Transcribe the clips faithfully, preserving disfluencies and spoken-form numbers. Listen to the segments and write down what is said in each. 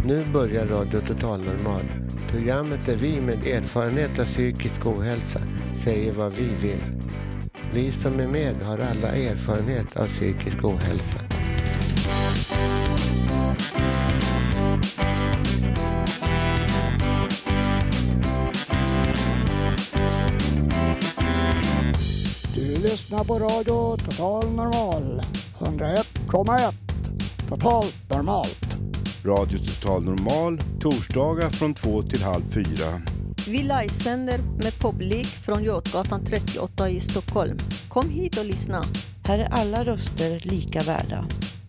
Nu börjar Radio Total Normal. Programmet där vi med erfarenhet av psykisk ohälsa säger vad vi vill. Vi som är med har alla erfarenhet av psykisk ohälsa. Du lyssnar på Radio Total Normal. hundraett komma ett. Totalt normalt. Radio Total Normal, torsdagar från två till halv fyra. Vi livesänder med publik från Götgatan trettioåtta i Stockholm. Kom hit och lyssna. Här är alla röster lika värda.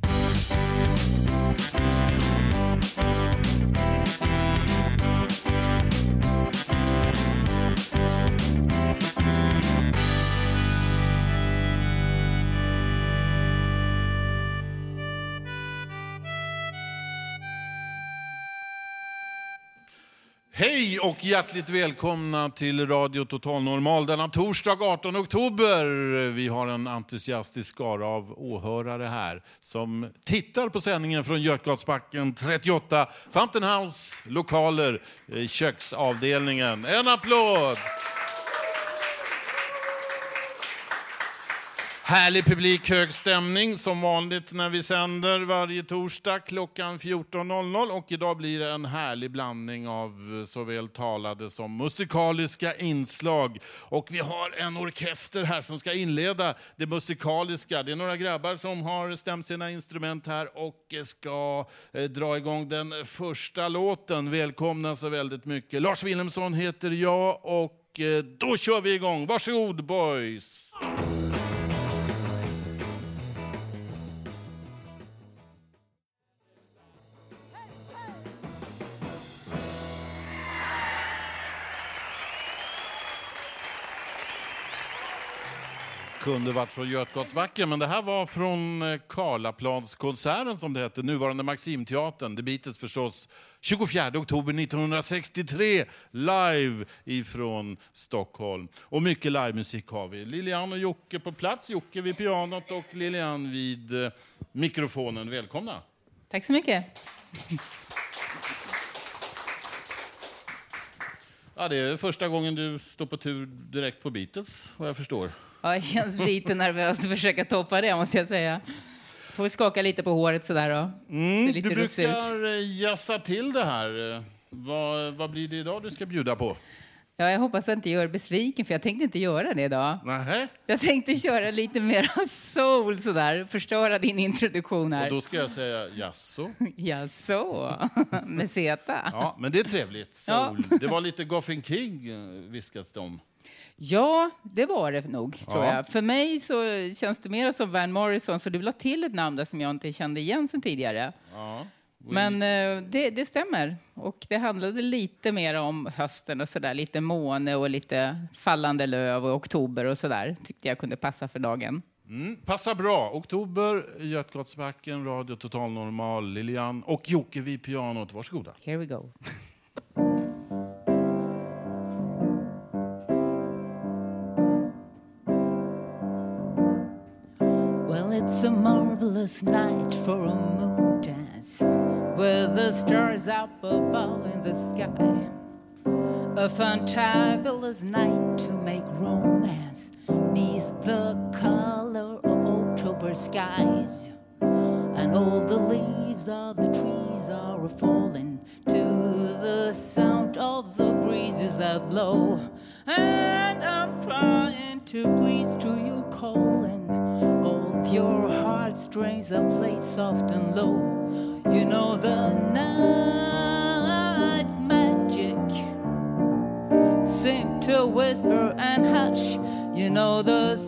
Hej och hjärtligt välkomna till Radio Total Normal denna torsdag artonde oktober. Vi har en entusiastisk skara av åhörare här som tittar på sändningen från Götgatsbacken trettioåtta, Fountain House lokaler, köksavdelningen. En applåd! Härlig publik, hög stämning som vanligt när vi sänder varje torsdag klockan fjorton noll noll. Och idag blir det en härlig blandning av såväl talade som musikaliska inslag. Och vi har en orkester här som ska inleda det musikaliska. Det är några grabbar som har stämt sina instrument här och ska eh, dra igång den första låten. Välkomna så väldigt mycket. Lars Wilhelmsson heter jag och eh, då kör vi igång. Varsågod boys! Kunde varit från Götgatsbacken, men det här var från Karlaplanskonserten som det hette, nuvarande Maximteatern. Det Beatles förstås, tjugofjärde oktober nittonhundrasextiotre, live ifrån Stockholm. Och mycket livemusik har vi. Lilian och Jocke på plats, Jocke vid pianot och Lilian vid mikrofonen. Välkomna. Tack så mycket. Ja, det är första gången du står på tur direkt på Beatles, vad jag förstår. Ja, jag känns lite nervöst att försöka toppa det, måste jag säga. Får vi skaka lite på håret sådär då. Mm, lite du brukar jassa till det här. Vad, vad blir det idag du ska bjuda på? Ja, jag hoppas att inte gör besviken, för jag tänkte inte göra det idag. Nähä. Jag tänkte köra lite mer soul sådär, förstöra din introduktion här. Och då ska jag säga jasso. Jasso, med zeta. Ja, men det är trevligt. Soul. Ja. Det var lite Goffin King viskas det om. Ja, det var det nog, tror ja. jag. För mig så känns det mer som Van Morrison, så du vill ha till ett namn där som jag inte kände igen sen tidigare. Ja. Men det, det stämmer. Och det handlade lite mer om hösten och sådär. Lite måne och lite fallande löv och oktober och sådär. Tyckte jag kunde passa för dagen. Mm, passa bra. Oktober, Götgatsbacken, Radio Total Normal, Lilian och Jocke vid pianot. Varsågoda. Here we go. Well, it's a marvelous night for a moon dance, with the stars up above in the sky. A fantabulous night to make romance neath the color of October skies. And all the leaves of the trees are falling to the sound of the breezes that blow. And I'm trying to please to your calling. Of your heartstrings that play soft and low. You know the night's magic seem to whisper and hush. You know the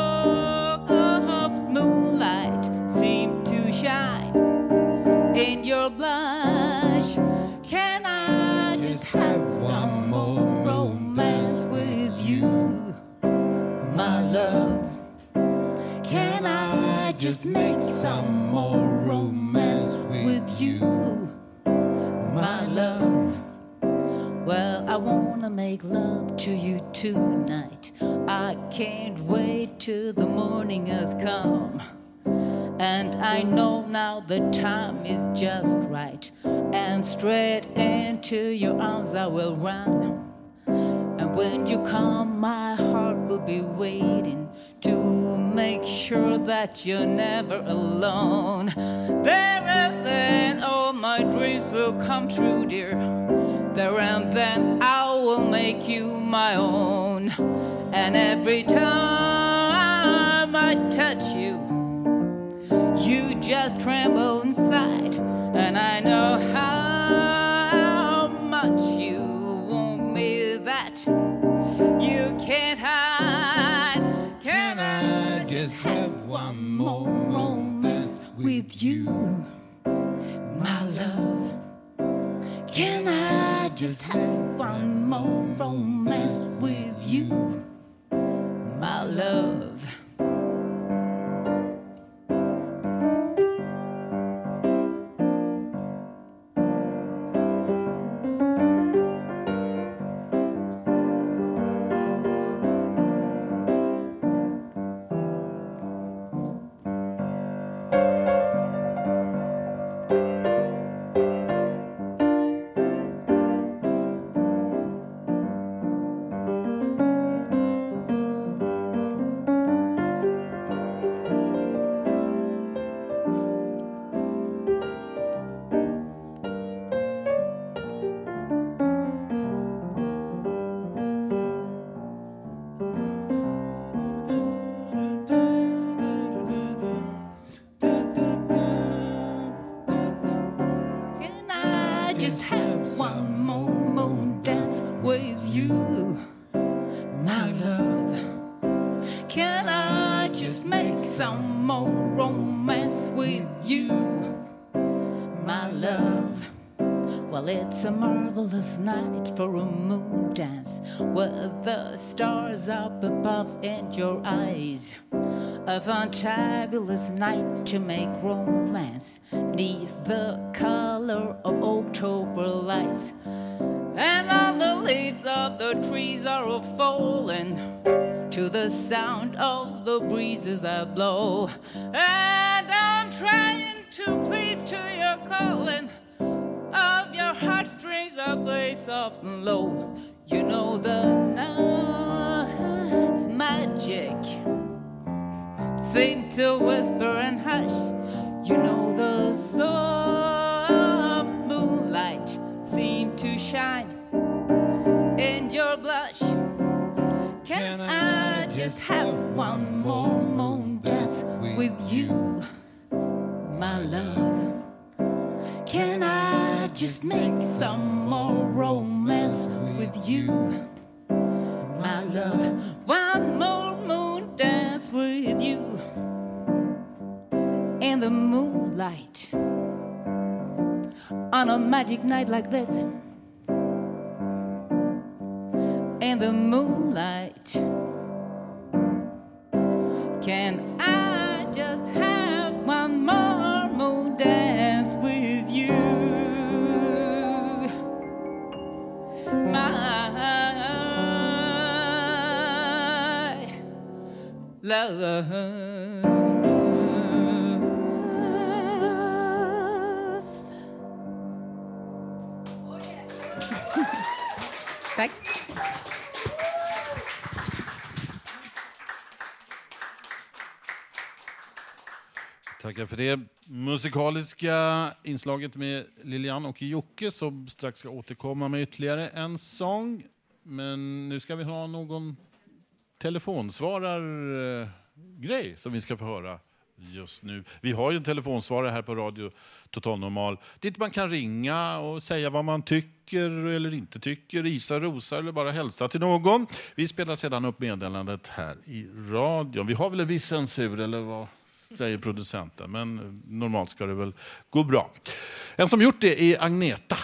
soft moonlight seem to shine in your blush. Can I just have some more romance with you, my love? Can I just make some more romance with you, my love? Well, I wanna make love to you tonight. I can't wait till the morning has come. And I know now the time is just right. and straight into your arms I will run. And when you come, my heart will be waiting to make sure that you're never alone. There and then all my dreams will come true, dear. There and then I will make you my own. And every time I touch you, you just tremble inside. And I know how much you want me that you can't hide. Can I just have one more romance with you, my love? Can I just have one more romance with you, my love? It's a marvelous night for a moon dance where the stars up above and your eyes. A fantabulous night to make romance neath the color of October lights. And all the leaves of the trees are falling to the sound of the breezes that blow. And I'm trying to please to your calling of your heartstrings that play soft and low. You know the night's magic seem to whisper and hush. You know the soft moonlight seem to shine in your blush. Can, Can I, I just have one more moon dance with you, my love? Can I just make some more romance with you, my love? One more moon dance with you in the moonlight on a magic night like this. In the moonlight, can I just have one more moon dance with you, my love? Tack. Tackar för det musikaliska inslaget med Lilian och Jocke som strax ska återkomma med ytterligare en sång. Men nu ska vi ha någon telefonsvarargrej som vi ska få höra just nu. Vi har ju en telefonsvarare här på Radio Total Normal dit man kan ringa och säga vad man tycker eller inte tycker, isa, rosa eller bara hälsa till någon. Vi spelar sedan upp meddelandet här i radion. Vi har väl en viss censur eller vad säger producenten, men normalt ska det väl gå bra. En som gjort det är Agneta.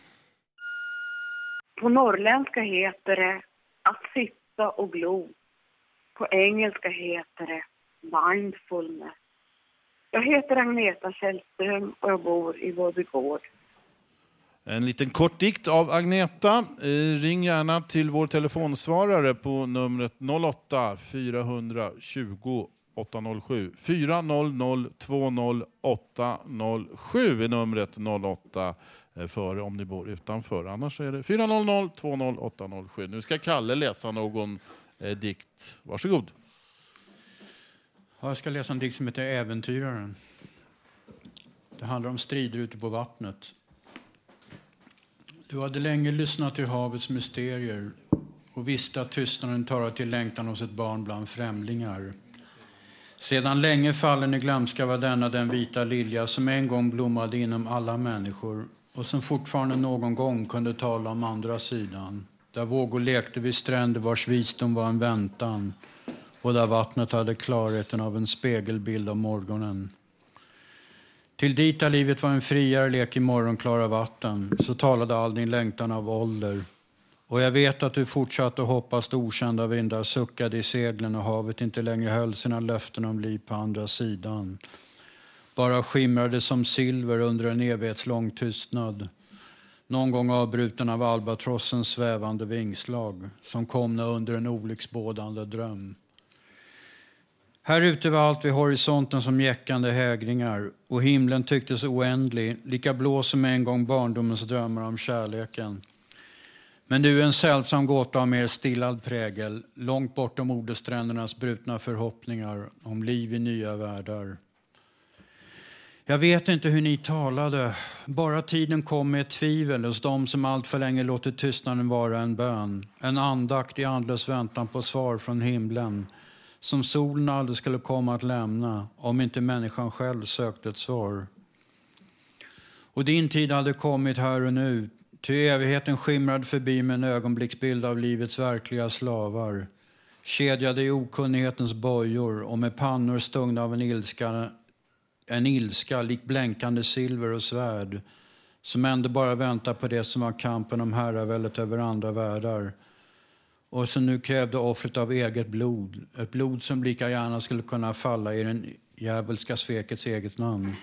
På norrländska heter det att sitta och glo. På engelska heter det mindfulness. Jag heter Agneta Källström och jag bor i Vårby-Gård. En liten kort dikt av Agneta. Eh, ring gärna till vår telefonsvarare på numret noll åtta fyra tjugo åtta noll sju. fyra noll noll två noll åtta noll sju är numret. Noll åtta före om ni bor utanför. Annars är det fyra noll noll två noll åtta noll sju. Nu ska Kalle läsa någon eh, dikt. Varsågod. Ja, jag ska läsa en dikt som heter Äventyraren. Det handlar om strider ute på vattnet. Du hade länge lyssnat till havets mysterier och visste att tystnaden talar till längtan hos ett barn bland främlingar. Sedan länge fallen i glömska var denna den vita lilja som en gång blommade inom alla människor och som fortfarande någon gång kunde tala om andra sidan. Där vågor lekte vid stränder vars visdom var en väntan och där vattnet hade klarheten av en spegelbild av morgonen. Till dit där livet var en friare lek i morgonklara vatten så talade all din längtan av ålder. Och jag vet att du fortsatte att hoppas då okända vindar suckade i seglen och havet inte längre höll sina löften om liv på andra sidan. Bara skimrade som silver under en evighetslång tystnad. Någon gång avbruten av albatrossens svävande vingslag som kom under en olycksbådande dröm. Här ute var allt vid horisonten som jäckande hägringar och himlen tycktes oändlig, lika blå som en gång barndomens drömmar om kärleken. Men nu en sällsam gåta av mer stillad prägel, långt bortom ordesträndernas brutna förhoppningar om liv i nya världar. Jag vet inte hur ni talade, bara tiden kom med ett tvivel hos dem som allt för länge låtit tystnaden vara en bön. En andakt i andlös väntan på svar från himlen, som solen aldrig skulle komma att lämna om inte människan själv sökte ett svar. Och din tid hade kommit här och nu, ty evigheten skimrade förbi med en ögonblicksbild av livets verkliga slavar. Kedjade i okunnighetens bojor och med pannor stungna av en ilska, en ilska lik blänkande silver och svärd, som ändå bara väntar på det som var kampen om herraväldet över andra världar. Och som nu krävde offret av eget blod, ett blod som lika gärna skulle kunna falla i den djävulska svekets eget namn.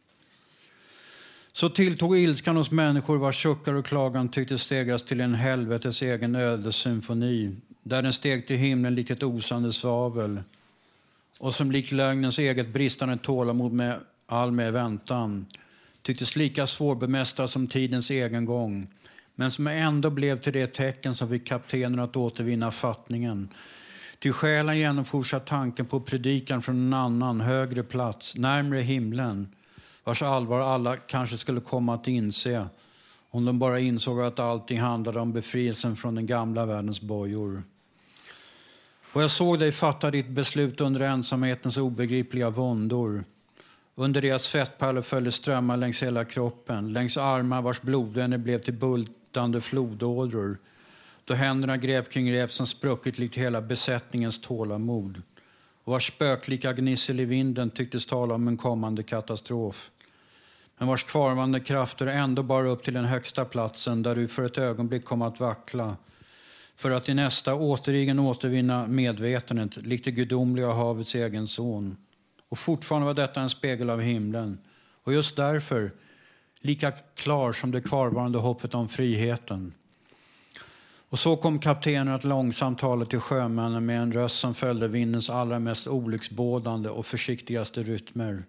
Så tilltog ilskan hos människor vars suckar och klagan tyckte stegras till en helvetes egen ödessymfoni, där den steg till himlen likt ett osande svavel och som lik lögnens eget bristande tålamod med all med väntan tycktes lika svårbemästrad som tidens egen gång, men som ändå blev till det tecken som fick kaptenen att återvinna fattningen. Till själen genomfortsatt tanken på predikan från en annan, högre plats, närmare himlen, vars allvar alla kanske skulle komma att inse om de bara insåg att allting handlade om befrielsen från den gamla världens bojor. Och jag såg dig fatta ditt beslut under ensamhetens obegripliga våndor. Under det att svettpärlor följde strömmar längs hela kroppen, längs armar vars blodvänner blev till bultande flodådror. Då händerna grep kring rep som spruckit likt hela besättningens tålamod. Och vars spöklika gnissel i vinden tycktes tala om en kommande katastrof. Men vars kvarvarande krafter ändå bar upp till den högsta platsen där du för ett ögonblick kom att vackla. För att i nästa återigen återvinna medvetandet, likt det gudomliga havets egen son. Och fortfarande var detta en spegel av himlen. Och just därför lika klar som det kvarvarande hoppet om friheten. Och så kom kaptenen att långsamt tala till sjömännen med en röst som följde vindens allra mest olycksbådande och försiktigaste rytmer.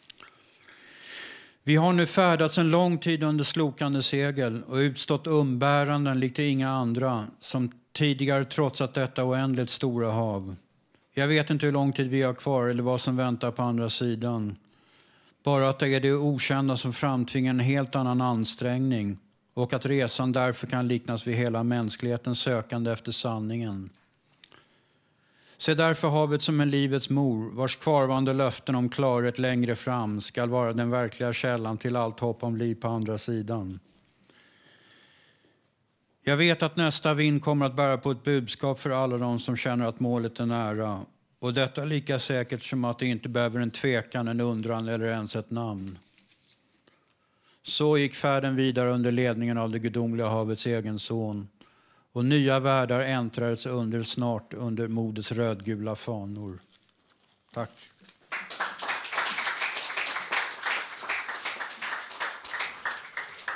Vi har nu färdats en lång tid under slokande segel och utstått umbäranden likt inga andra som tidigare trotsat detta oändligt stora hav. Jag vet inte hur lång tid vi har kvar eller vad som väntar på andra sidan. Bara att det är det okända som framtvingar en helt annan ansträngning och att resan därför kan liknas vid hela mänsklighetens sökande efter sanningen. Se därför havet som en livets mor, vars kvarvarande löften om klarhet längre fram ska vara den verkliga källan till allt hopp om liv på andra sidan. Jag vet att nästa vind kommer att bära på ett budskap för alla de som känner att målet är nära. Och detta lika säkert som att det inte behöver en tvekan, en undran eller ens ett namn. Så gick färden vidare under ledningen av det gudomliga havets egen son. Och nya världar äntrades under snart under modets rödgula fanor. Tack.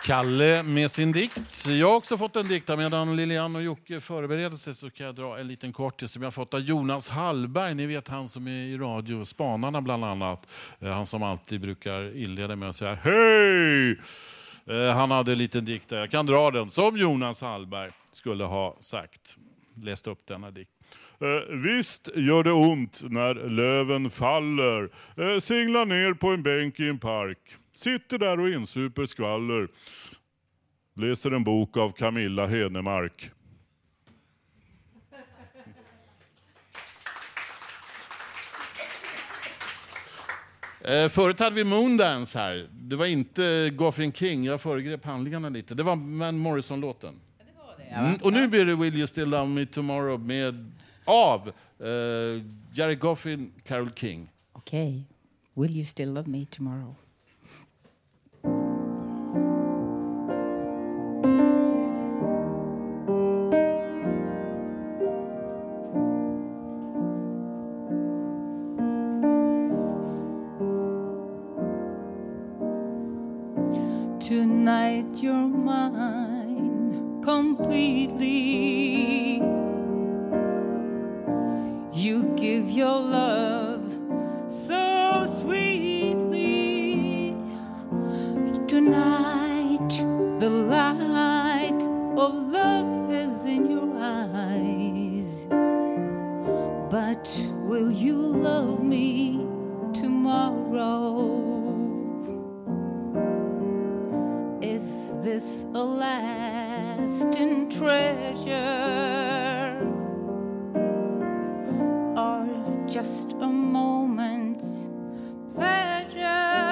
Kalle med sin dikt. Jag har också fått en dikt här. Medan Lilian och Jocke förbereder sig så kan jag dra en liten kortis som jag har fått av Jonas Hallberg. Ni vet han som är i radio, Spanarna bland annat. Han som alltid brukar inleda med att säga hej! Han hade en liten dikt där. Jag kan dra den som Jonas Hallberg skulle ha sagt. Läst upp denna dikt. Eh, visst gör det ont när löven faller. Eh, singlar ner på en bänk i en park. Sitter där och insuper skvaller. Läser en bok av Camilla Henemark. Eh, förut hade vi Moondance här. Det var inte Goffin King. Jag föregrep handlingarna lite. Det var Van Morrison-låten. Ja, det var det, ja. Mm, och nu blir det Will You Still Love Me Tomorrow med av eh, Jerry Goffin, Carole King. Okej. Okay. Will You Still Love Me Tomorrow? Tonight you're mine completely. You give your love so sweetly. Tonight the light of love is in your eyes. But will you love me tomorrow? Is this a lasting treasure or just a moment's pleasure?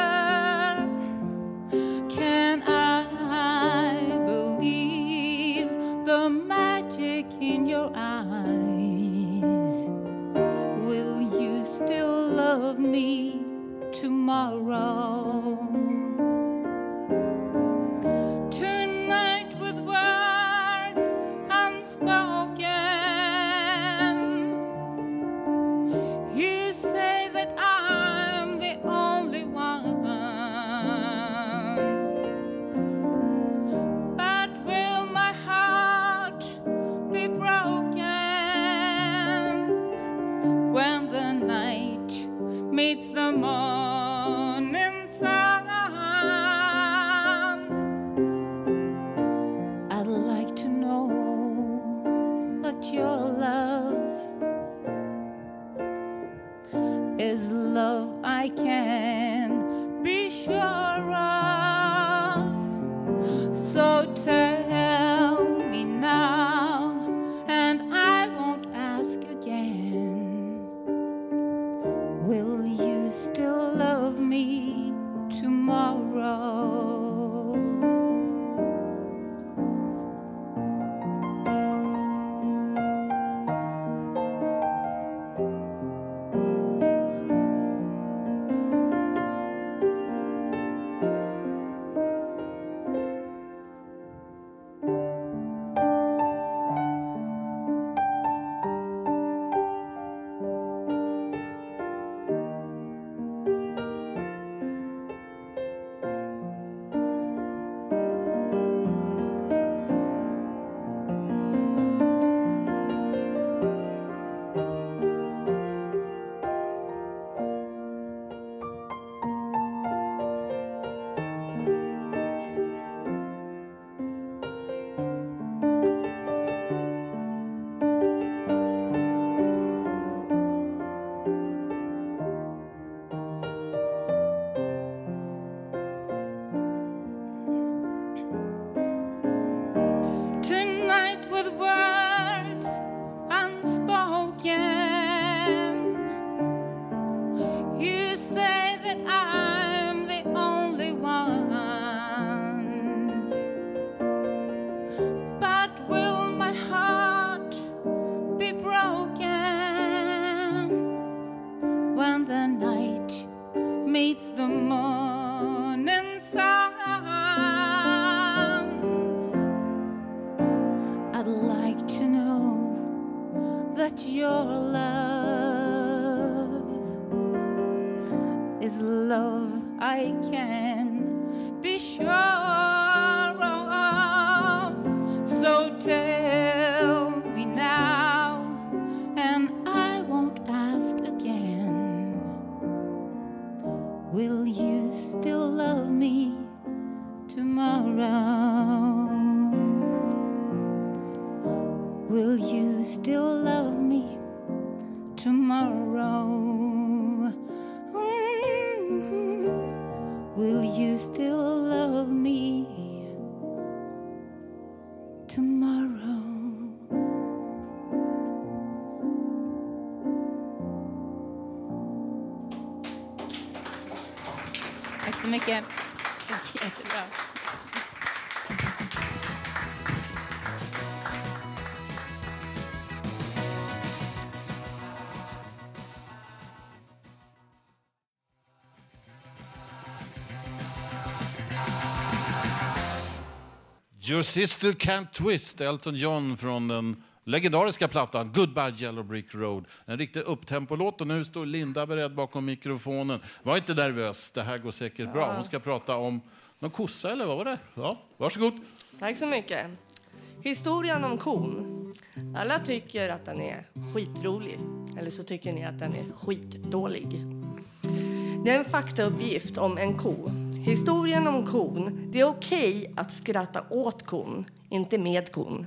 Can I believe the magic in your eyes? Will you still love me tomorrow? Tonight with words unspoken, you say that I'm the only one. But will my heart be broken when the night meets the morning sun? Your love is love I can be sure of. So tell me now, and I won't ask again. Will you still love me tomorrow? tomorrow? Will you still love me tomorrow? Mm-hmm. Will you still love me tomorrow? Tack så mycket. Jättebra. Your Sister Can't Twist, Elton John från den legendariska plattan Goodbye Yellow Brick Road. En riktig upptempolåt och nu står Linda beredd bakom mikrofonen. Var inte nervös, det här går säkert ja. bra. Hon ska prata om någon kossa eller vad var det? Ja, varsågod. Tack så mycket. Historien om kon. Alla tycker att den är skitrolig. Eller så tycker ni att den är skitdålig. Det är en faktauppgift om en ko. Historien om kon. Det är okej att skratta åt kon, inte med kon.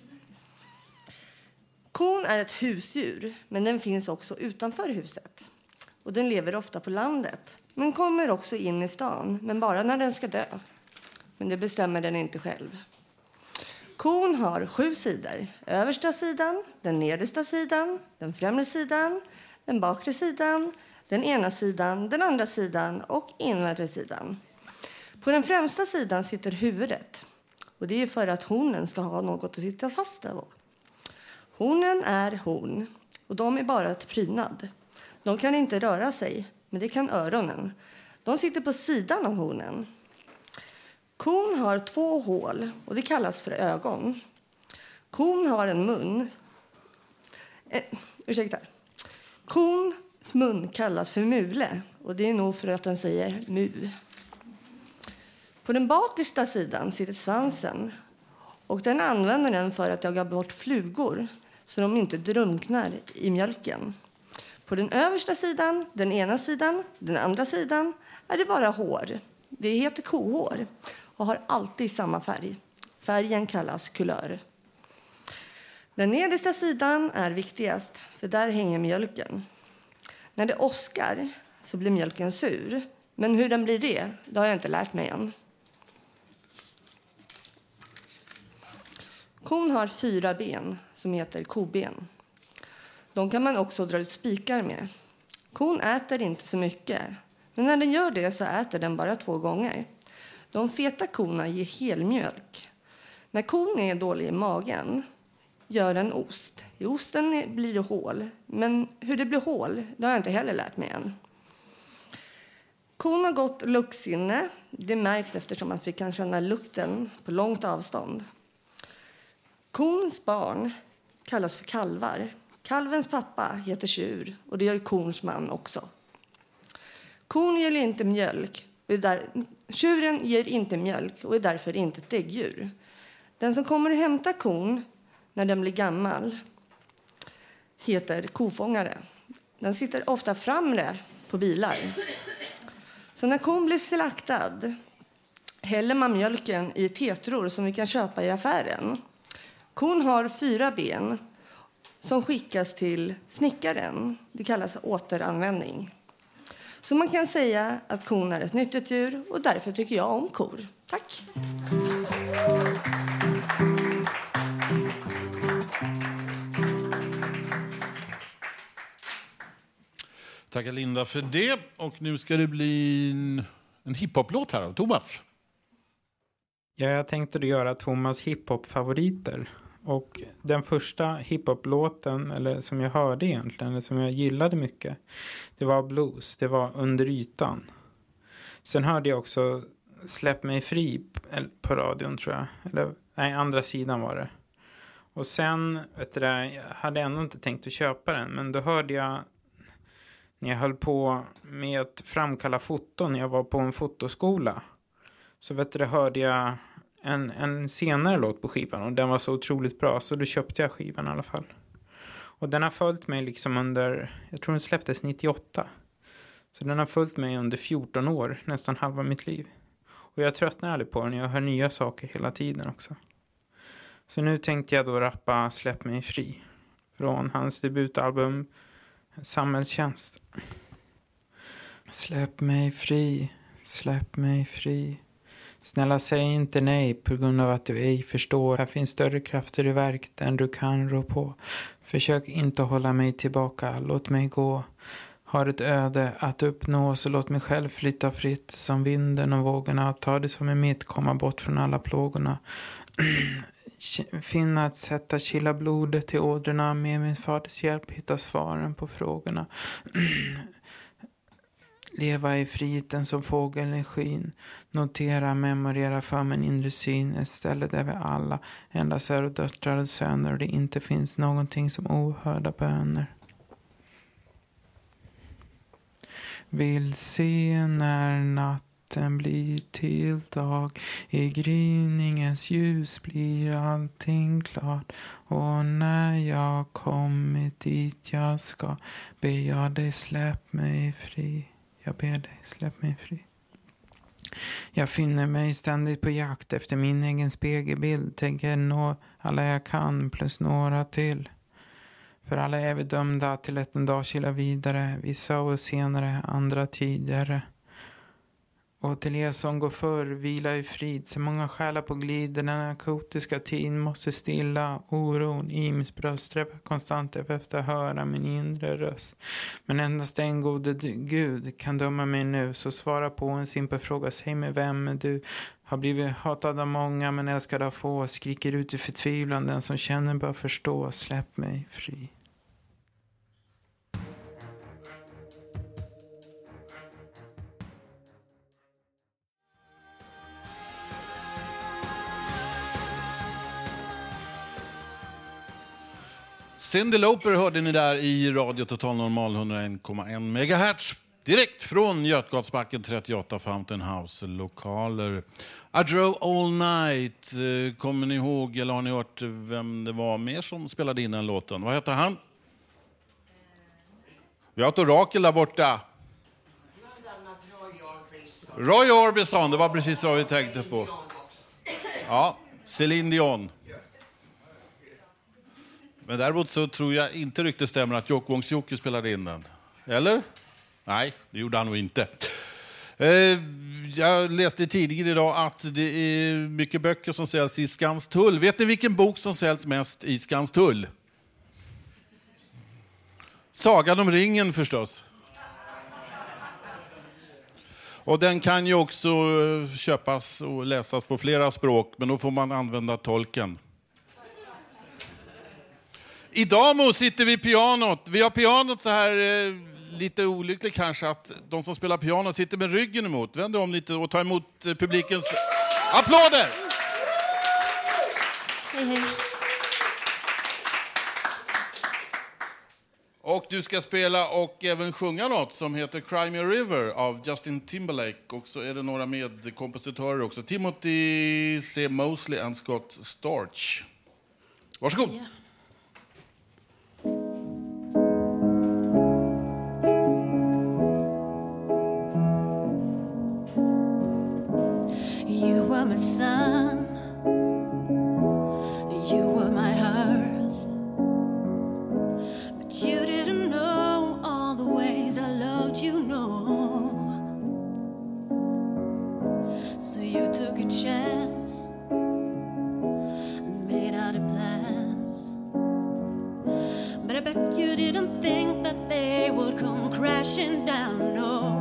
Kon är ett husdjur, men den finns också utanför huset. Och den lever ofta på landet. Men kommer också in i stan, men bara när den ska dö. Men det bestämmer den inte själv. Kon har sju sidor. Översta sidan, den nedersta sidan, den främre sidan, den bakre sidan, den ena sidan, den andra sidan och invändre sidan. På den främsta sidan sitter huvudet. Och det är för att hornen ska ha något att sitta fast där. Hornen är horn och de är bara ett prydnad. De kan inte röra sig, men det kan öronen. De sitter på sidan av hornen. Kon har två hål och det kallas för ögon. Kon har en mun. Eh, ursäkta. Kons mun kallas för mule och det är nog för att den säger mu. På den bakersta sidan sitter svansen och den använder den för att jaga bort flugor så de inte drunknar i mjölken. På den översta sidan, den ena sidan, den andra sidan är det bara hår. Det heter kohår och har alltid samma färg. Färgen kallas kulör. Den nedersta sidan är viktigast för där hänger mjölken. När det åskar så blir mjölken sur. Men hur den blir det, det har jag inte lärt mig än. Kon har fyra ben som heter koben. De kan man också dra ut spikar med. Kon äter inte så mycket. Men när den gör det så äter den bara två gånger. De feta korna ger helmjölk. När kon är dålig i magen gör den ost. I osten blir det hål. Men hur det blir hål, det har jag inte heller lärt mig än. Kon har gott luktsinne. Det märks eftersom man kan känna lukten på långt avstånd. Kons barn kallas för kalvar. Kalvens pappa heter tjur och det gör kons man också. Kon ger inte mjölk. Och där, tjuren ger inte mjölk och är därför inte ett däggdjur. Den som kommer att hämta kon när den blir gammal heter kofångare. Den sitter ofta framre på bilar. Så när kon blir slaktad häller man mjölken i tetror som vi kan köpa i affären. Kon har fyra ben som skickas till snickaren. Det kallas återanvändning. Så man kan säga att kon är ett nyttigt djur och därför tycker jag om kor. Tack! Tackar Linda för det. Och nu ska det bli en, en hiphop-låt här av Thomas. Ja, jag tänkte då göra Thomas hiphop-favoriter. Och den första hiphop-låten, eller som jag hörde egentligen, eller som jag gillade mycket, det var blues. Det var Under ytan. Sen hörde jag också Släpp mig fri på radion, tror jag. Eller, nej, andra sidan var det. Och sen, vet du det, jag hade ändå inte tänkt att köpa den. Men då hörde jag, när jag höll på med att framkalla foton, när jag var på en fotoskola. Så vet du det, hörde jag en, en senare låt på skivan. Och den var så otroligt bra, så då köpte jag skivan i alla fall. Och den har följt mig liksom under, jag tror den släpptes nittioåtta. Så den har följt mig under fjorton år, nästan halva mitt liv. Och jag tröttnar aldrig på den. Jag hör nya saker hela tiden också. Så nu tänkte jag då rappa Släpp mig fri. Från hans debutalbum Samhällstjänst. Släpp mig fri, släpp mig fri. Snälla säg inte nej på grund av att du ej förstår. Här finns större krafter i verk än du kan rå på. Försök inte hålla mig tillbaka, låt mig gå. Har ett öde att uppnå så låt mig själv flytta fritt som vinden och vågorna. Ta det som är mitt, komma bort från alla plågorna. Finna ett sätt att chilla blodet till ådrorna. Med min faders hjälp hitta svaren på frågorna. Leva i friheten som fågeln i skyn. Notera, memorera för min inre syn. Ett ställe där vi alla endast är och döttrar och söner. Och det inte finns någonting som ohörda böner. Vill se när natten blir till dag. I gryningens ljus blir allting klart. Och när jag kommit dit jag ska, ber jag dig släpp mig fri. Jag ber dig, släpp mig fri. Jag finner mig ständigt på jakt efter min egen spegelbild. Tänker nå alla jag kan plus några till. För alla är vi dömda till att en dag kila vidare. Vissa år senare, andra tidigare. Och till er som går för vila i frid. Så många själar på glid. Den narkotiska tiden måste stilla. Oron i mitt bröst strävar konstant efter att höra min inre röst. Men endast en gode Gud kan döma mig nu. Så svara på en simpel fråga. Säg mig, vem är du? Har blivit hatad av många men älskad av få. Skriker ut i förtvivlan. Den som känner bör förstå. Släpp mig fri. Cyndi Lauper hörde ni där i Radio Total Normal hundraen komma en megahertz. Direkt från Götgatsbacken trettioåtta Fountain House lokaler. I drove all night. Kommer ni ihåg eller har ni hört vem det var mer som spelade in den låten? Vad heter han? Vi har ett orakel där borta. Roy Orbison, det var precis vad vi tänkte på. Ja, Celine Dion. Men däremot så tror jag inte riktigt stämmer att Jocke Wong-Suk spelade in den. Eller? Nej, det gjorde han nog inte. Eh, jag läste tidigare idag att det är mycket böcker som säljs i Skanstull. Vet ni vilken bok som säljs mest i Skanstull? Sagan om ringen förstås. Och den kan ju också köpas och läsas på flera språk, men då får man använda tolken. Idag Mo sitter vi i pianot. Vi har pianot så här eh, lite olyckligt kanske att de som spelar piano sitter med ryggen emot. Vänd om lite och ta emot eh, publikens applåder. Hej, hej. Och du ska spela och även sjunga något som heter Cry Me a River av Justin Timberlake. Och så är det några medkompositörer också. Timothy C. Mosley and Scott Storch. Varsågod. Yeah. You were my sun, you were my hearth, but you didn't know all the ways I loved you, no. So you took a chance and made out of plans, but I bet you didn't think that they would come crashing down, no.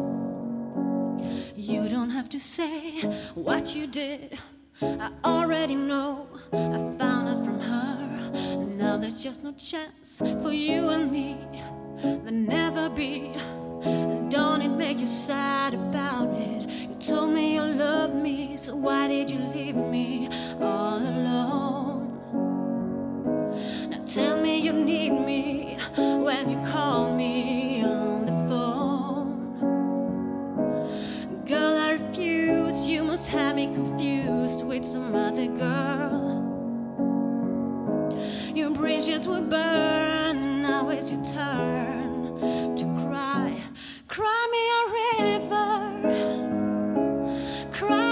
You don't have to say what you did, I already know. I found out from her. Now there's just no chance for you and me. There'll never be. And don't it make you sad about it? You told me you loved me, so why did you leave me all alone? Now tell me you need me when you call me on the phone. Girl, I refuse, you must have me confused with some other girl. Your bridges were burned, and now it's your turn to cry. Cry me a river, cry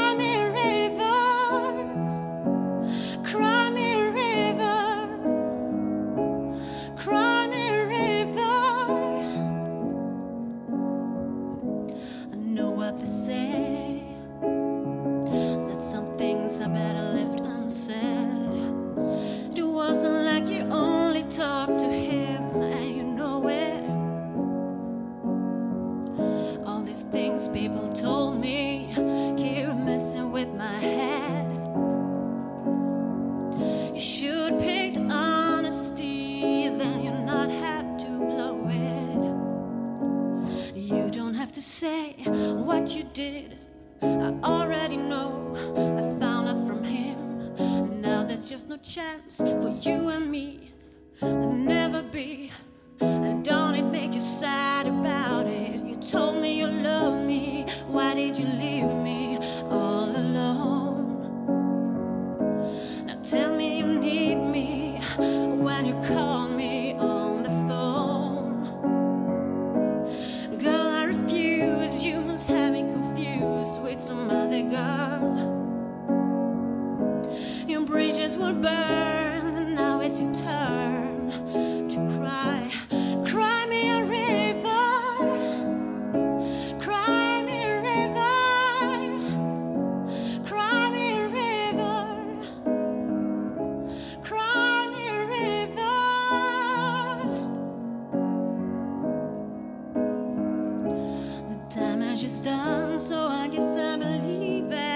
things I better left unsaid. It wasn't like you only talked to him and you know it. All these things people told me keep messing with my head. You should pick honesty, then you're not had to blow it. You don't have to say what you did, I already know. I found out from him. Now there's just no chance for you and me. There'll never be. And don't it make you sad about it? You told me you loved me. Why did you leave me all alone? Now tell me you need me when you call me on the phone. Girl, I refuse. You must have me confused with some other girl. Your bridges were burned, and now it's your turn to cry. Cry me a river, cry me a river, cry me a river, cry me a river. The damage is done, so I guess I believe it.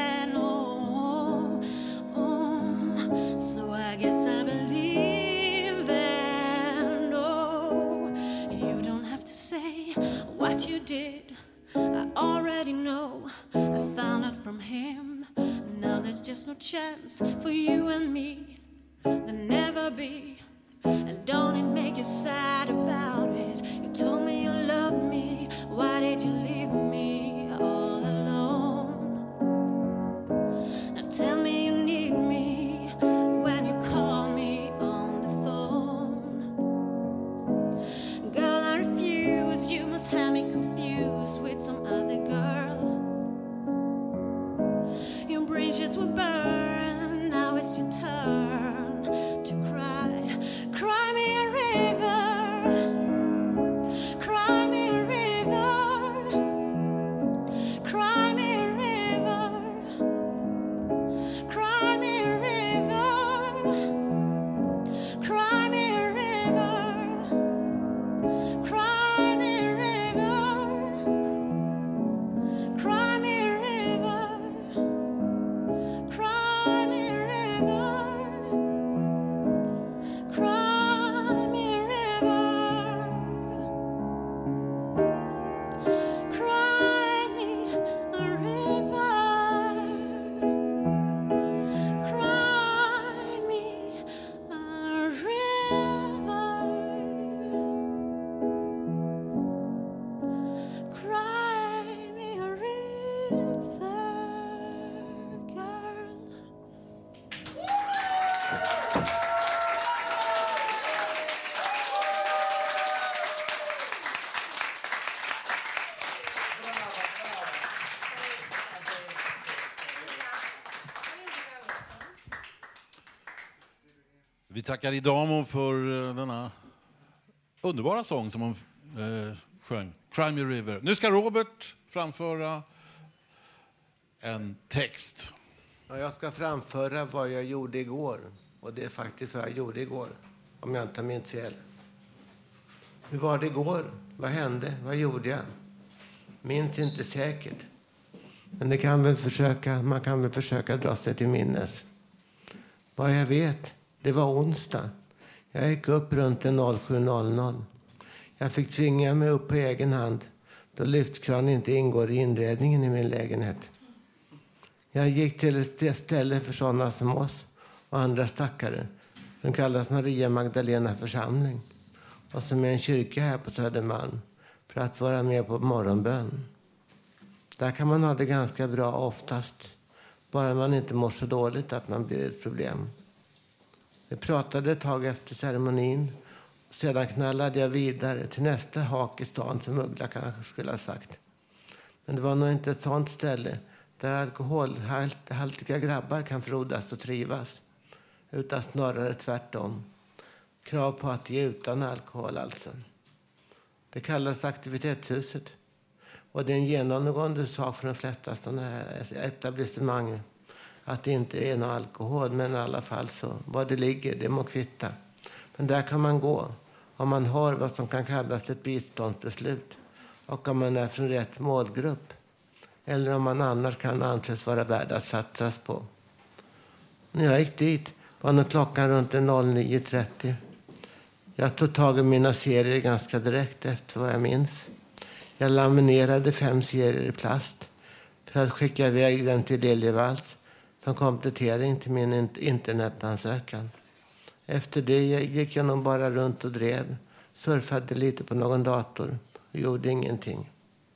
So I guess I believe it. No, you don't have to say what you did, I already know. I found out from him. Now there's just no chance for you and me. There'll never be. And don't it make you sad about it? You told me you loved me. Why did you leave me all alone? Now tell me you need me when you call me on the phone. Girl, I refuse. You must have me confused with some other girl. Your bridges were burned. Now it's your turn to cry. Cry me a river, cry me a river, cry me a river, cry me a river, cry me a river, cry me a river, cry me a river, cry me a river. Cry me a river, cry me a river, cry me a river, cry me a river, girl. Vi tackar Idamo för eh, denna underbara sång som hon eh, sjöng. Cry Me River. Nu ska Robert framföra en text. Ja, jag ska framföra vad jag gjorde igår. Och det är faktiskt vad jag gjorde igår. Om jag inte minns fel. Hur var det igår? Vad hände? Vad gjorde jag? Minns inte säkert. Men det kan väl försöka, man kan väl försöka dra sig till minnes. Vad jag vet, det var onsdag. Jag gick upp runt en sju noll noll. Jag fick tvinga mig upp på egen hand. Då lyftkran inte ingår i inredningen i min lägenhet. Jag gick till ett ställe för sådana som oss och andra stackare. Som kallas Maria Magdalena församling. Och som är en kyrka här på Södermalm. För att vara med på morgonbön. Där kan man ha det ganska bra oftast. Bara man inte mår så dåligt att man blir ett problem. Vi pratade ett tag efter ceremonin. Och sedan knallade jag vidare till nästa hak i stan som Uggla kanske skulle ha sagt. Men det var nog inte ett sånt ställe där alkoholhaltiga grabbar kan frodas och trivas. Utan snarare tvärtom. Krav på att ge utan alkohol alltså. Det kallas aktivitetshuset. Och det är en genomgående sak för de flesta sådana här etablissemang. att det inte är någon alkohol. Men i alla fall så, var det ligger, det må kvitta. Men där kan man gå om man har vad som kan kallas ett biståndsbeslut. Och om man är från rätt målgrupp. Eller om man annars kan anses vara värd att satsas på. När jag gick dit var nog klockan runt nio trettio. Jag tog tag i mina serier ganska direkt efter vad jag minns. Jag laminerade fem serier i plast för att skicka iväg dem till Liljevalchs som komplettering till min internetansökan. Efter det gick jag nog bara runt och drev, surfade lite på någon dator och gjorde ingenting.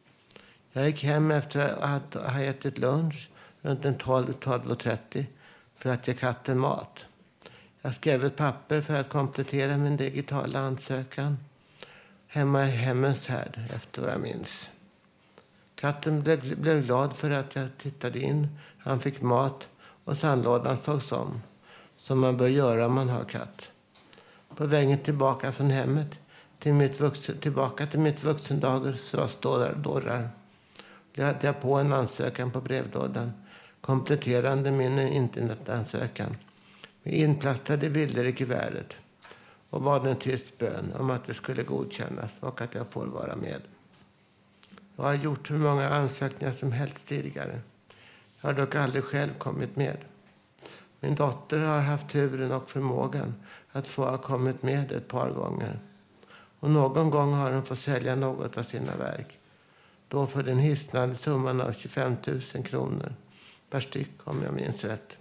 Jag gick hem efter att ha ätit lunch runt en tolv tolv trettio för att ge katten mat. Jag skrev ett papper för att komplettera min digitala ansökan hemma i Hemmens härd efter vad jag minns. Katten blev, blev glad för att jag tittade in. Han fick mat och sandlådan sågs om, som man bör göra om man har katt. På vägen tillbaka från hemmet till mitt vuxen, tillbaka till mitt vuxendagers dörrar hade jag på en ansökan på brevlådan, kompletterande min internetansökan med inplastade bilder i kuvertet och bad en tyst bön om att det skulle godkännas och att jag får vara med. Jag har gjort hur många ansökningar som helst tidigare. Jag har dock aldrig själv kommit med. Min dotter har haft turen och förmågan att få ha kommit med ett par gånger. Och någon gång har hon fått sälja något av sina verk. Då för den hisnande summan av tjugofem tusen kronor per styck, om jag minns rätt.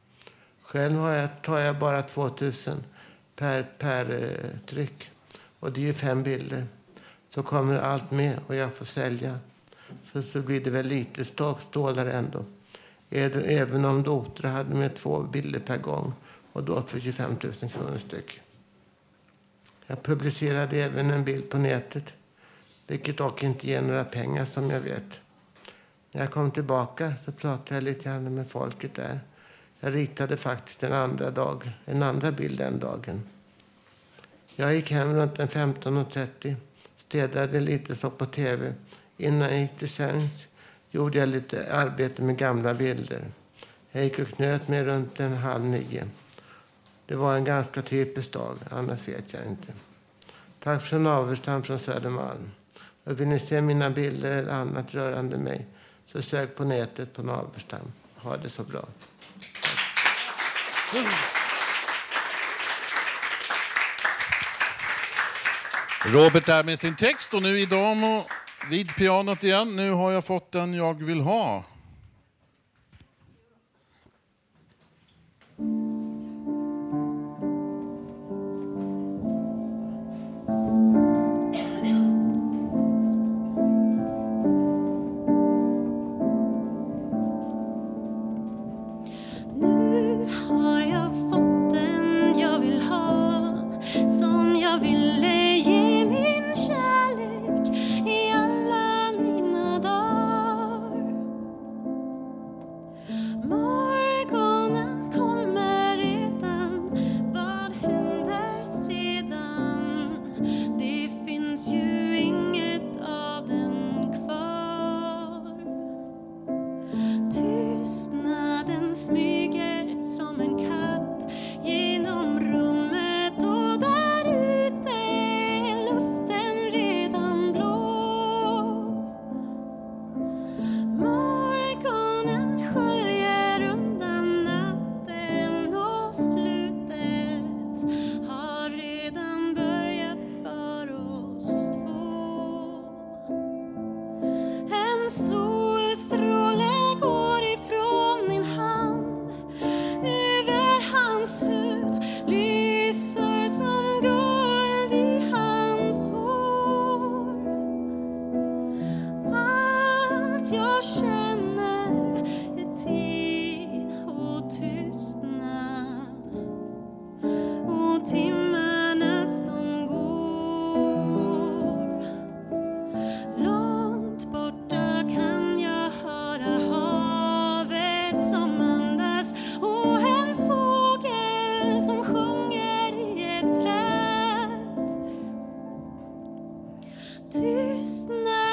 Själv har jag, tar jag bara två tusen per, per eh, tryck. Och det är ju fem bilder. Så kommer allt med och jag får sälja. Så, så blir det väl lite stålar ändå. Även om Dotra hade med två bilder per gång. Och då för tjugofem tusen kronor styck. Jag publicerade även en bild på nätet. Vilket dock inte ger några pengar som jag vet. När jag kom tillbaka så pratade jag lite grann med folket där. Jag ritade faktiskt en andra, dag, en andra bild den dagen. Jag gick hem runt den femton trettio. Städade lite så på tv. Innan jag gick till sängs gjorde jag lite arbete med gamla bilder. Jag gick och knöt mig runt en halv nio. Det var en ganska typisk dag, annars vet jag inte. Tack från Averstam från Södermalm. Och vill ni se mina bilder eller annat rörande mig så sök på nätet på Averstam. Ha det så bra. Robert där med sin text och nu i dam och vid pianot igen. Nu har jag fått den jag vill ha.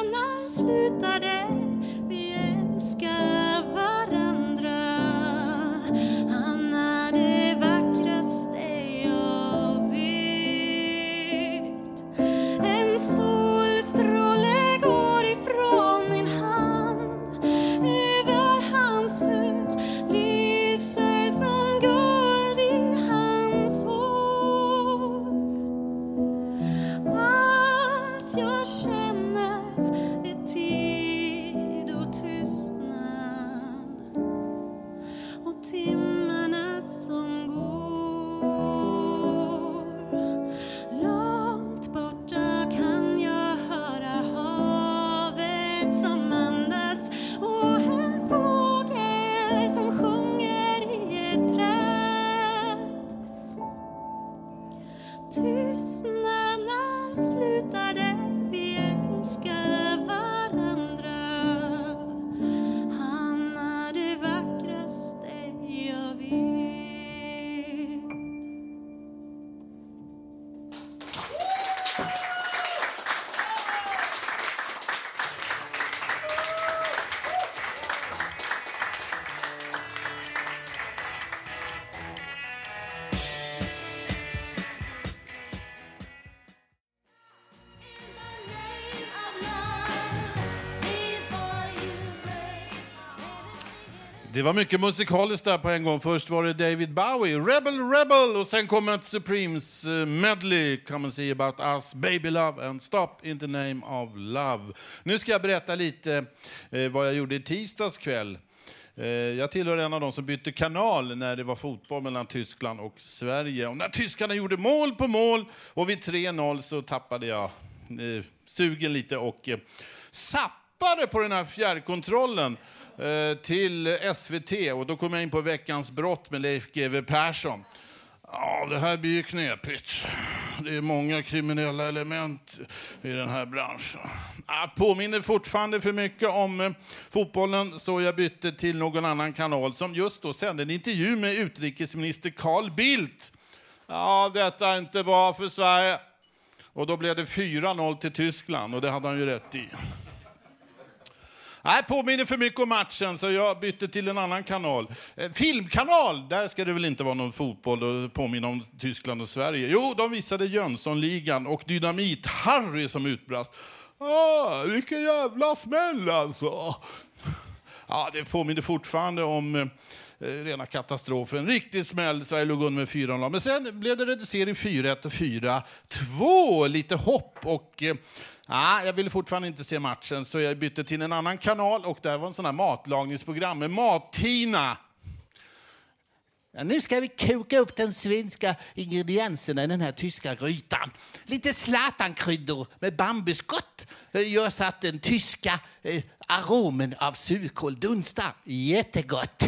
Slutade vi älska varandra. Det var mycket musikaliskt där på en gång. Först var det David Bowie, Rebel Rebel, och sen kom ett Supremes uh, medley, Come and see about us, Baby Love and Stop in the name of love. Nu ska jag berätta lite uh, vad jag gjorde i tisdags kväll. Uh, jag tillhör en av de som bytte kanal när det var fotboll mellan Tyskland och Sverige. Och när tyskarna gjorde mål på mål och vid tre noll så tappade jag uh, sugen lite och uh, sappade på den här fjärrkontrollen till S V T, och då kom jag in på Veckans brott med Leif G W Persson. Ja, det här blir ju knepigt. Det är många kriminella element i den här branschen. Jag påminner fortfarande för mycket om eh, fotbollen, så jag bytte till någon annan kanal som just då sände en intervju med utrikesminister Carl Bildt. Ja, detta är inte bra för Sverige. Och då blev det fyra noll till Tyskland, och det hade han ju rätt i. Nej, påminner för mycket om matchen, så jag bytte till en annan kanal. Eh, filmkanal, där ska det väl inte vara någon fotboll och påminna om Tyskland och Sverige. Jo, de visade Jönssonligan och Dynamit-Harry som utbrast. Ah, vilken jävla smäll alltså. Ja, det påminner fortfarande om eh, rena katastrofen. Riktigt smäll, Sverige låg under med fyra noll. Men sen blev det reducering fyra ett och fyra två. Lite hopp och... Eh, Ja, jag ville fortfarande inte se matchen, så jag bytte till en annan kanal, och där var en sån här matlagningsprogram med Mat-Tina. Ja, nu ska vi koka upp den svenska ingredienserna i den här tyska grytan. Lite zlatankryddor med bambuskott gör så att den tyska eh, aromen av surkål dunstar. Jättegott.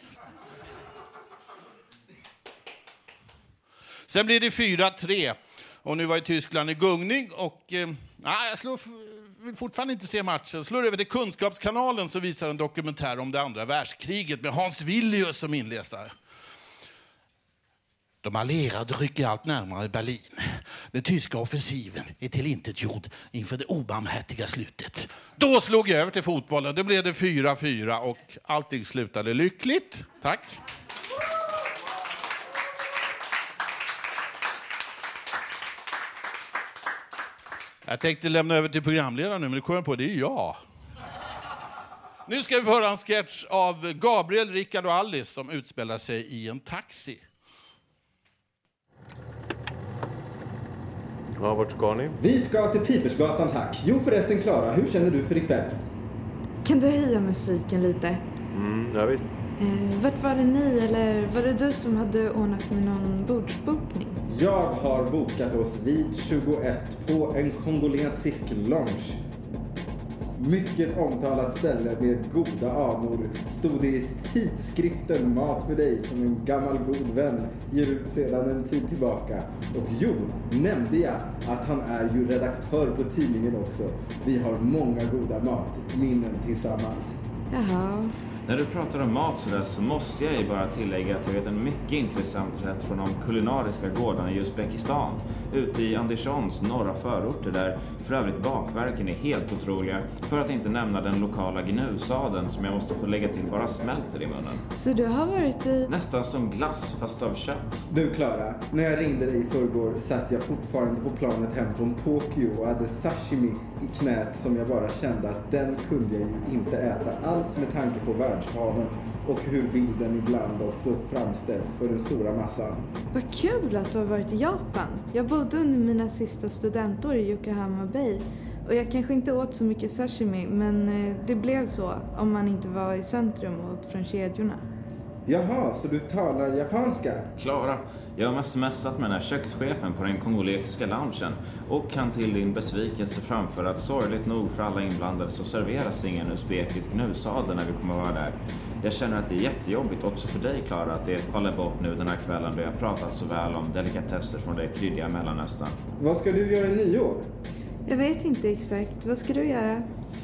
Sen blir det fyra tre. Och nu var i Tyskland i gungning, och eh, jag slår, vill fortfarande inte se matchen. Slår över till Kunskapskanalen, så visar en dokumentär om det andra världskriget med Hans Villius som inläsare. De allierade rycker allt närmare Berlin. Den tyska offensiven är tillintetgjord inför det obarmhärtiga slutet. Då slog jag över till fotbollen. Då blev det fyra fyra och allting slutade lyckligt. Tack. Jag tänkte lämna över till programledaren nu, men det kommer jag på, det är jag. Nu ska vi få höra en sketch av Gabriel, Rickard och Alice som utspelar sig i en taxi. Ja, vart ska ni? Vi ska till Pipersgatan, tack. Jo förresten, Klara, hur känner du för ikväll? Kan du höja musiken lite? Mm, ja visst. Eh, vart var det ni, eller var det du som hade ordnat med någon bordsbokning? Jag har bokat oss vid tjugoett på en kongolesisk lounge. Mycket omtalat ställe med goda anor. Stod det i tidskriften Mat för dig, som en gammal god vän ger ut sedan en tid tillbaka. Och jo, nämnde jag att han är ju redaktör på tidningen också. Vi har många goda matminnen tillsammans. Jaha. När du pratar om mat så där, så måste jag ju bara tillägga att jag vet en mycket intressant rätt från de kulinariska gårdarna i Uzbekistan. Ute i Andishans norra förorter, där för övrigt bakverken är helt otroliga. För att inte nämna den lokala gnusaden som jag måste få lägga till bara smälter i munnen. Så du har varit i... Nästan som glass fast av kött. Du Klara, när jag ringde dig i förrgår satt jag fortfarande på planet hem från Tokyo och hade sashimi i knät som jag bara kände att den kunde jag ju inte äta alls med tanke på världshaven och hur bilden ibland också framställs för den stora massan. Vad kul att du har varit i Japan. Jag bodde under mina sista studentår i Yokohama Bay och jag kanske inte åt så mycket sashimi, men det blev så om man inte var i centrum och åt från kedjorna. Jaha, så du talar japanska? Klara, jag har smsat med den här kökschefen på den kongolesiska loungen och kan till din besvikelse framföra att sorgligt nog för alla inblandade så serveras ingen uzbekisk gnusade när vi kommer vara där. Jag känner att det är jättejobbigt också för dig, Klara, att det faller bort nu den här kvällen då jag pratat så väl om delikatesser från det kryddiga Mellanöstern. Vad ska du göra i nyår? Jag vet inte exakt. Vad ska du göra?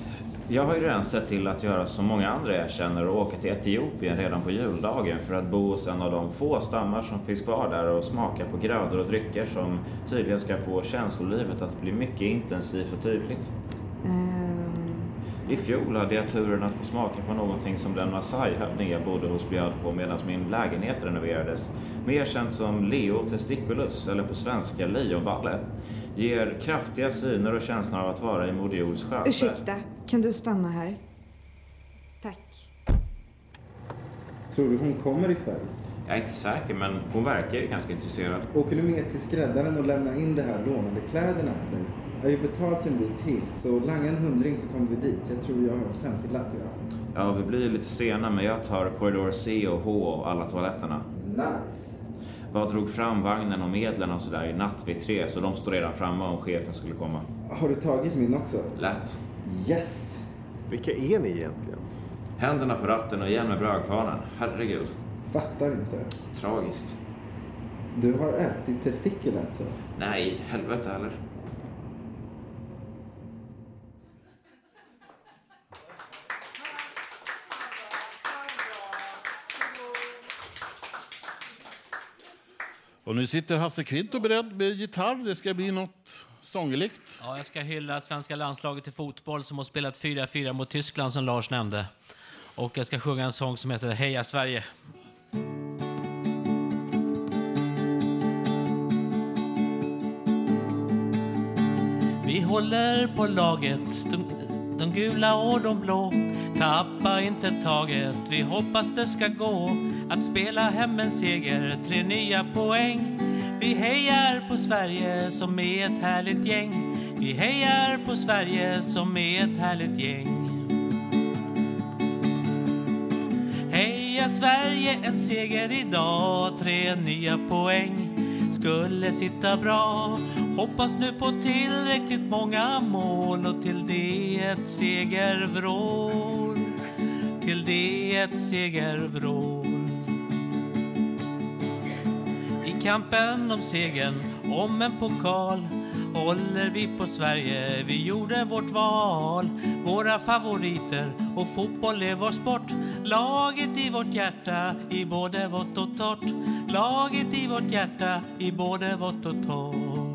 Jag har ju redan sett till att göra som många andra jag känner och åka till Etiopien redan på juldagen för att bo hos en av de få stammar som finns kvar där och smaka på grödor och drycker som tydligen ska få känslolivet att bli mycket intensivt och tydligt. Um... I fjol hade jag turen att få smaka på någonting som den Masai-hövding jag bodde hos bjöd på medan min lägenhet renoverades. Mer känt som Leo Testiculus, eller på svenska Leonballe. Ger kraftiga syner och känslan av att vara i Moder Jords sköte. Ursäkta, kan du stanna här? Tack. Tror du hon kommer ikväll? Jag är inte säker, men hon verkar ju ganska intresserad. Åker du med till skräddaren och lämnar in de här lånade kläderna? Eller? Jag har ju betalt en bit till, så langa en hundring så kommer vi dit. Jag tror jag har en femtio-lapp idag. Ja, vi blir lite sena, men jag tar korridor C och H och alla toaletterna. Nice. Vad drog fram vagnen och medlen och sådär i natt vid tre, så de står redan framme om chefen skulle komma. Har du tagit min också? Lätt. Yes! Vilka är ni egentligen? Händerna på ratten och igen med brödkvarnen. Herregud. Fattar inte. Tragiskt. Du har ätit testikel alltså? Nej, helvete heller. Och nu sitter Hasse Kvitto beredd med gitarr. Det ska bli något sångerlikt. Ja, jag ska hylla svenska landslaget i fotboll som har spelat fyra fyra mot Tyskland som Lars nämnde. Och jag ska sjunga en sång som heter Heja Sverige. Vi håller på laget, de, de gula och de blå. Tappa inte taget, vi hoppas det ska gå att spela hem en seger, tre nya poäng. Vi hejar på Sverige som är ett härligt gäng. Vi hejar på Sverige som är ett härligt gäng. Heja Sverige, en seger idag, tre nya poäng. Skulle sitta bra, hoppas nu på tillräckligt många mål. Och till det ett segervrål, till det ett segervrål. I kampen om segern, om en pokal, håller vi på Sverige, vi gjorde vårt val. Våra favoriter och fotboll är vår sport. Laget i vårt hjärta, i både vått och torrt. Laget i vårt hjärta, i både vått och torrt.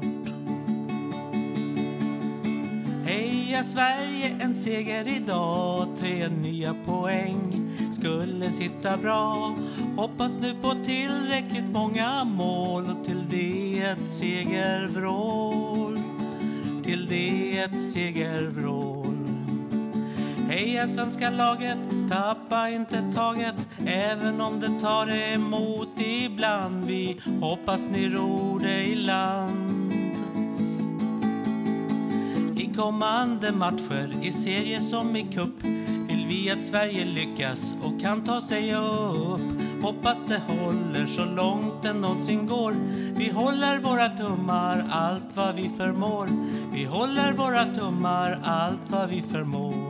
Heja Sverige, en seger idag, tre nya poäng. Skulle sitta bra, hoppas nu på tillräckligt många mål. Och till det ett segervrål, till det ett segervrål. Heja svenska laget, tappa inte taget, även om det tar emot ibland. Vi hoppas ni ror det i land. I kommande matcher, i serie som i cup, vill vi att Sverige lyckas och kan ta sig upp. Hoppas det håller så långt det någonsin går. Vi håller våra tummar, allt vad vi förmår. Vi håller våra tummar, allt vad vi förmår.